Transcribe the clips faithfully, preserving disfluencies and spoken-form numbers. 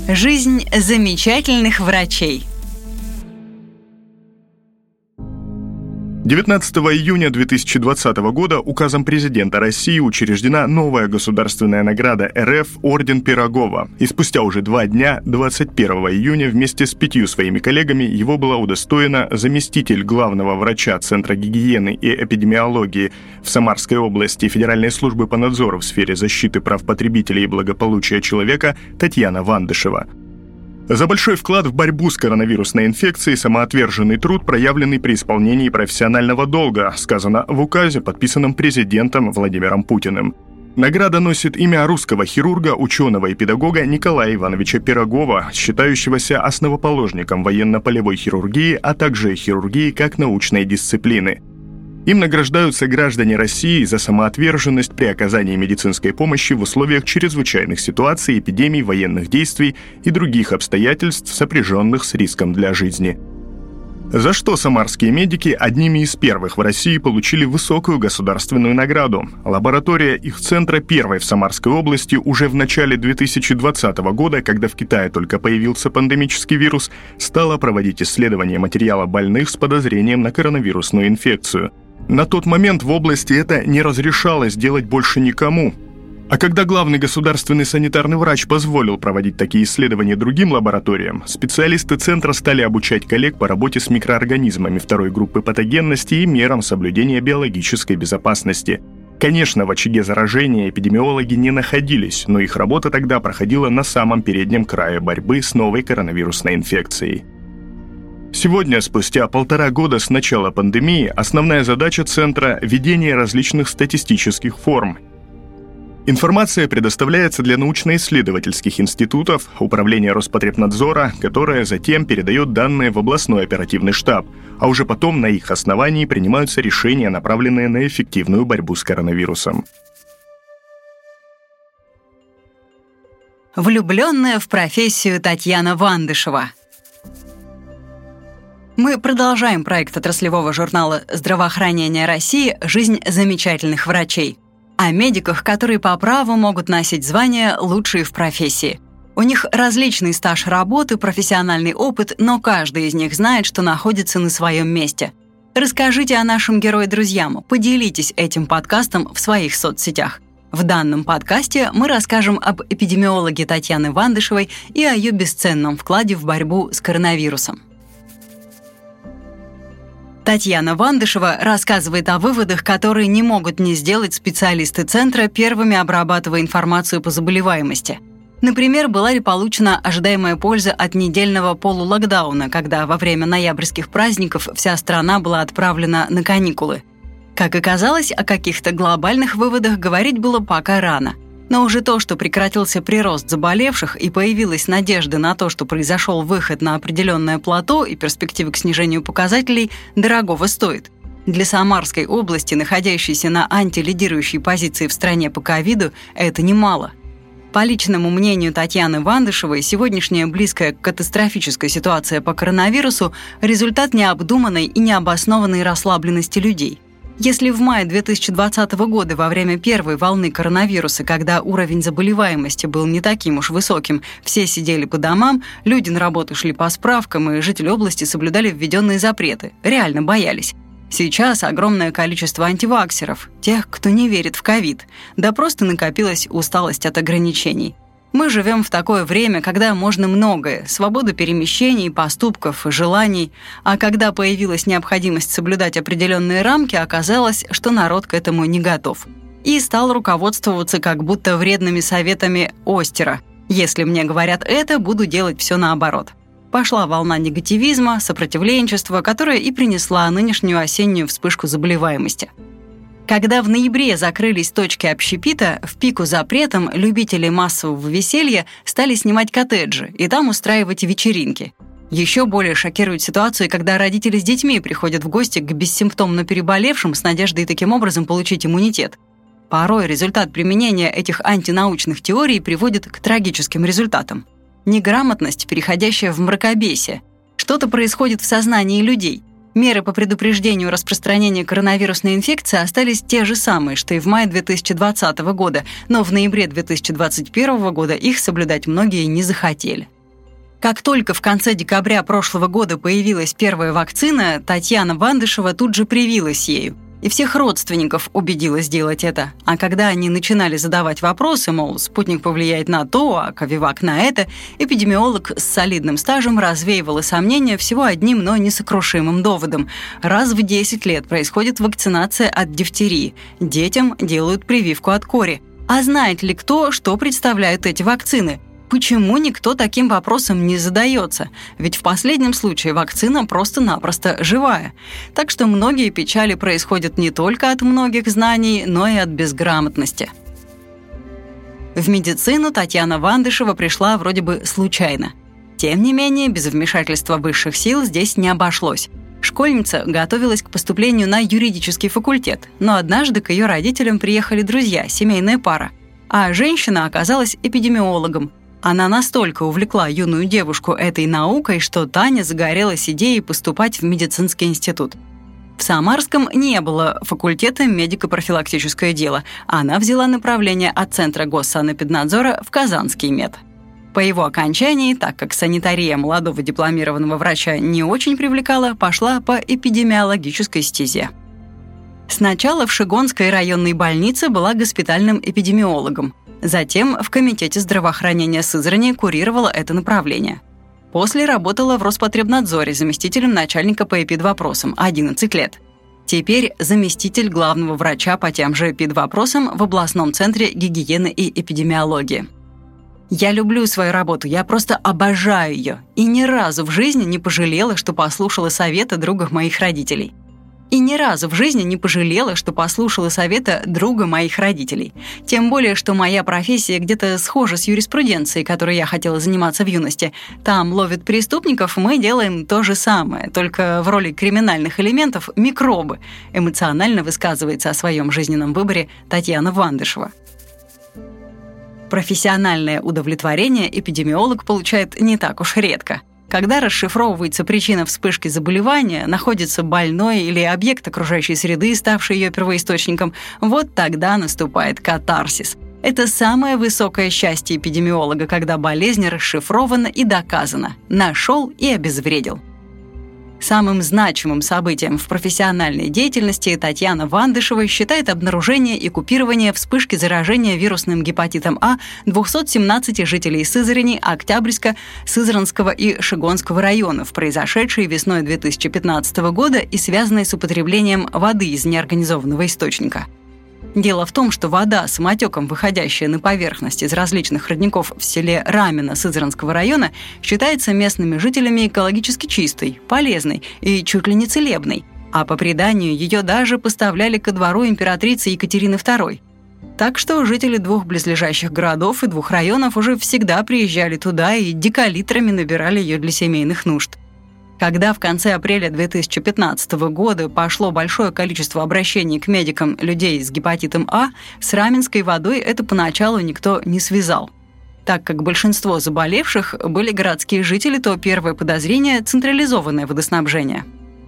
Жизнь замечательных врачей. девятнадцатого июня две тысячи двадцатого года указом президента России учреждена новая государственная награда эр эф «Орден Пирогова». И спустя уже два дня, двадцать первого июня, вместе с пятью своими коллегами его была удостоена заместитель главного врача Центра гигиены и эпидемиологии в Самарской области Федеральной службы по надзору в сфере защиты прав потребителей и благополучия человека Татьяна Вандышева. За большой вклад в борьбу с коронавирусной инфекцией, самоотверженный труд, проявленный при исполнении профессионального долга, сказано в указе, подписанном президентом Владимиром Путиным. Награда носит имя русского хирурга, ученого и педагога Николая Ивановича Пирогова, считающегося основоположником военно-полевой хирургии, а также хирургии как научной дисциплины. Им награждаются граждане России за самоотверженность при оказании медицинской помощи в условиях чрезвычайных ситуаций, эпидемий, военных действий и других обстоятельств, сопряженных с риском для жизни. За что самарские медики одними из первых в России получили высокую государственную награду. Лаборатория их центра, первой в Самарской области, уже в начале две тысячи двадцатого года, когда в Китае только появился пандемический вирус, стала проводить исследования материала больных с подозрением на коронавирусную инфекцию. На тот момент в области это не разрешалось делать больше никому. А когда главный государственный санитарный врач позволил проводить такие исследования другим лабораториям, специалисты центра стали обучать коллег по работе с микроорганизмами второй группы патогенности и мерам соблюдения биологической безопасности. Конечно, в очаге заражения эпидемиологи не находились, но их работа тогда проходила на самом переднем крае борьбы с новой коронавирусной инфекцией. Сегодня, спустя полтора года с начала пандемии, основная задача Центра – ведение различных статистических форм. Информация предоставляется для научно-исследовательских институтов, Управления Роспотребнадзора, которое затем передает данные в областной оперативный штаб, а уже потом на их основании принимаются решения, направленные на эффективную борьбу с коронавирусом. Влюбленная в профессию Татьяна Вандышева. Мы продолжаем проект отраслевого журнала «Здравоохранение России. Жизнь замечательных врачей». О медиках, которые по праву могут носить звание «лучшие в профессии». У них различный стаж работы, профессиональный опыт, но каждый из них знает, что находится на своем месте. Расскажите о нашем герое друзьям, поделитесь этим подкастом в своих соцсетях. В данном подкасте мы расскажем об эпидемиологе Татьяне Вандышевой и о ее бесценном вкладе в борьбу с коронавирусом. Татьяна Вандышева рассказывает о выводах, которые не могут не сделать специалисты Центра, первыми обрабатывая информацию по заболеваемости. Например, была ли получена ожидаемая польза от недельного полулокдауна, когда во время ноябрьских праздников вся страна была отправлена на каникулы. Как оказалось, о каких-то глобальных выводах говорить было пока рано. Но уже то, что прекратился прирост заболевших и появилась надежда на то, что произошел выход на определенное плато и перспективы к снижению показателей, дорогого стоит. Для Самарской области, находящейся на антилидирующей позиции в стране по ковиду, это немало. По личному мнению Татьяны Вандышевой, сегодняшняя близкая к катастрофической ситуация по коронавирусу – результат необдуманной и необоснованной расслабленности людей. Если в мае две тысячи двадцатого года, во время первой волны коронавируса, когда уровень заболеваемости был не таким уж высоким, все сидели по домам, люди на работу шли по справкам, и жители области соблюдали введенные запреты, реально боялись. Сейчас огромное количество антиваксеров, тех, кто не верит в ковид, да просто накопилась усталость от ограничений. Мы живем в такое время, когда можно многое – свобода перемещений, поступков, желаний. А когда появилась необходимость соблюдать определенные рамки, оказалось, что народ к этому не готов. И стал руководствоваться как будто вредными советами Остера. Если мне говорят это, буду делать все наоборот. Пошла волна негативизма, сопротивленчества, которая и принесла нынешнюю осеннюю вспышку заболеваемости. Когда в ноябре закрылись точки общепита, в пику запретом любители массового веселья стали снимать коттеджи и там устраивать вечеринки. Еще более шокирует ситуация, когда родители с детьми приходят в гости к бессимптомно переболевшим с надеждой таким образом получить иммунитет. Порой результат применения этих антинаучных теорий приводит к трагическим результатам. Неграмотность, переходящая в мракобесие. Что-то происходит в сознании людей. Меры по предупреждению распространения коронавирусной инфекции остались те же самые, что и в мае две тысячи двадцатого года, но в ноябре две тысячи двадцать первого года их соблюдать многие не захотели. Как только в конце декабря прошлого года появилась первая вакцина, Татьяна Вандышева тут же привилась ею. И всех родственников убедила сделать это. А когда они начинали задавать вопросы, мол, спутник повлияет на то, а Ковивак на это, эпидемиолог с солидным стажем развеивала сомнения всего одним, но несокрушимым доводом. Раз в десять лет происходит вакцинация от дифтерии. Детям делают прививку от кори. А знает ли кто, что представляют эти вакцины? Почему никто таким вопросом не задается? Ведь в последнем случае вакцина просто-напросто живая. Так что многие печали происходят не только от многих знаний, но и от безграмотности. В медицину Татьяна Вандышева пришла вроде бы случайно. Тем не менее, без вмешательства высших сил здесь не обошлось. Школьница готовилась к поступлению на юридический факультет, но однажды к ее родителям приехали друзья, семейная пара. А женщина оказалась эпидемиологом. Она настолько увлекла юную девушку этой наукой, что Таня загорелась идеей поступать в медицинский институт. В Самарском не было факультета медико-профилактическое дело. Она взяла направление от Центра госсанэпиднадзора в Казанский мед. По его окончании, так как санитария молодого дипломированного врача не очень привлекала, пошла по эпидемиологической стезе. Сначала в Шигонской районной больнице была госпитальным эпидемиологом. Затем в Комитете здравоохранения Сызрани курировала это направление. После работала в Роспотребнадзоре заместителем начальника по эпидвопросам одиннадцать лет. Теперь заместитель главного врача по тем же эпидвопросам в областном центре гигиены и эпидемиологии. Я люблю свою работу, я просто обожаю ее. И ни разу в жизни не пожалела, что послушала совета друга моих родителей. И ни разу в жизни не пожалела, что послушала совета друга моих родителей. Тем более, что моя профессия где-то схожа с юриспруденцией, которой я хотела заниматься в юности. Там ловят преступников, мы делаем то же самое, только в роли криминальных элементов — микробы. Эмоционально высказывается о своем жизненном выборе Татьяна Вандышева. Профессиональное удовлетворение эпидемиолог получает не так уж редко. Когда расшифровывается причина вспышки заболевания, находится больной или объект окружающей среды, ставший ее первоисточником, вот тогда наступает катарсис. Это самое высокое счастье эпидемиолога, когда болезнь расшифрована и доказана. Нашел и обезвредил. Самым значимым событием в профессиональной деятельности Татьяна Вандышева считает обнаружение и купирование вспышки заражения вирусным гепатитом А двухсот семнадцати жителей Сызрани, Октябрьска, Сызранского и Шигонского районов, произошедшей весной две тысячи пятнадцатого года и связанной с употреблением воды из неорганизованного источника. Дело в том, что вода, самотеком выходящая на поверхность из различных родников в селе Рамино Сызранского района, считается местными жителями экологически чистой, полезной и чуть ли не целебной, а по преданию ее даже поставляли ко двору императрицы Екатерины второй. Так что жители двух близлежащих городов и двух районов уже всегда приезжали туда и декалитрами набирали ее для семейных нужд. Когда в конце апреля две тысячи пятнадцатого года пошло большое количество обращений к медикам людей с гепатитом А, с раменской водой это поначалу никто не связал. Так как большинство заболевших были городские жители, то первое подозрение – централизованное водоснабжение.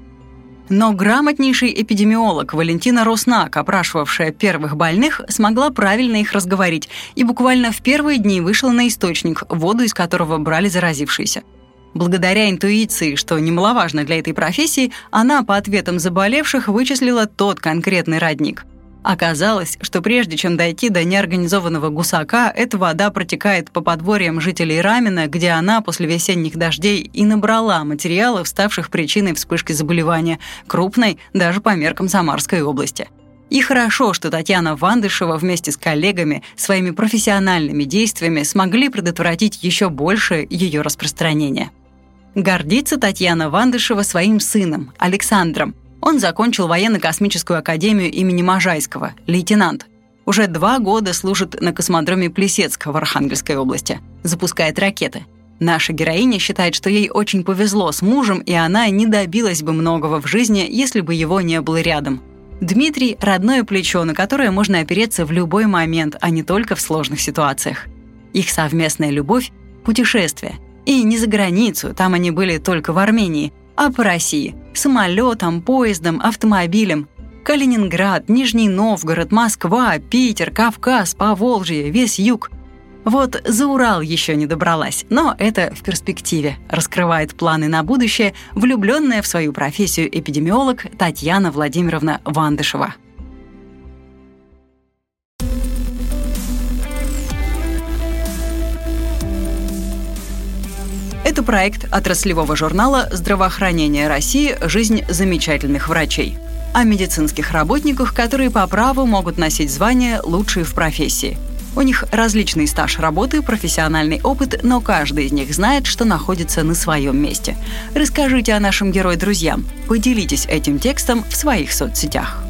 Но грамотнейший эпидемиолог Валентина Роснак, опрашивавшая первых больных, смогла правильно их разговорить и буквально в первые дни вышла на источник, воду из которого брали заразившиеся. Благодаря интуиции, что немаловажно для этой профессии, она по ответам заболевших вычислила тот конкретный родник. Оказалось, что прежде чем дойти до неорганизованного гусака, эта вода протекает по подворьям жителей Рамина, где она после весенних дождей и набрала материалов, ставших причиной вспышки заболевания, крупной даже по меркам Самарской области. И хорошо, что Татьяна Вандышева вместе с коллегами своими профессиональными действиями смогли предотвратить еще большее ее распространение. Гордится Татьяна Вандышева своим сыном, Александром. Он закончил военно-космическую академию имени Можайского, лейтенант. Уже два года служит на космодроме Плесецка в Архангельской области, запускает ракеты. Наша героиня считает, что ей очень повезло с мужем, и она не добилась бы многого в жизни, если бы его не было рядом. Дмитрий — родное плечо, на которое можно опереться в любой момент, а не только в сложных ситуациях. Их совместная любовь — путешествие. И не за границу, там они были только в Армении, а по России — самолетом, поездом, автомобилем. Калининград, Нижний Новгород, Москва, Питер, Кавказ, Поволжье, весь юг. Вот за Урал еще не добралась, но это в перспективе. Раскрывает планы на будущее влюбленная в свою профессию эпидемиолог Татьяна Владимировна Вандышева. Это проект отраслевого журнала «Здравоохранение России. Жизнь замечательных врачей». О медицинских работниках, которые по праву могут носить звание «лучшие в профессии». У них различный стаж работы, профессиональный опыт, но каждый из них знает, что находится на своем месте. Расскажите о нашем герое друзьям. Поделитесь этим текстом в своих соцсетях.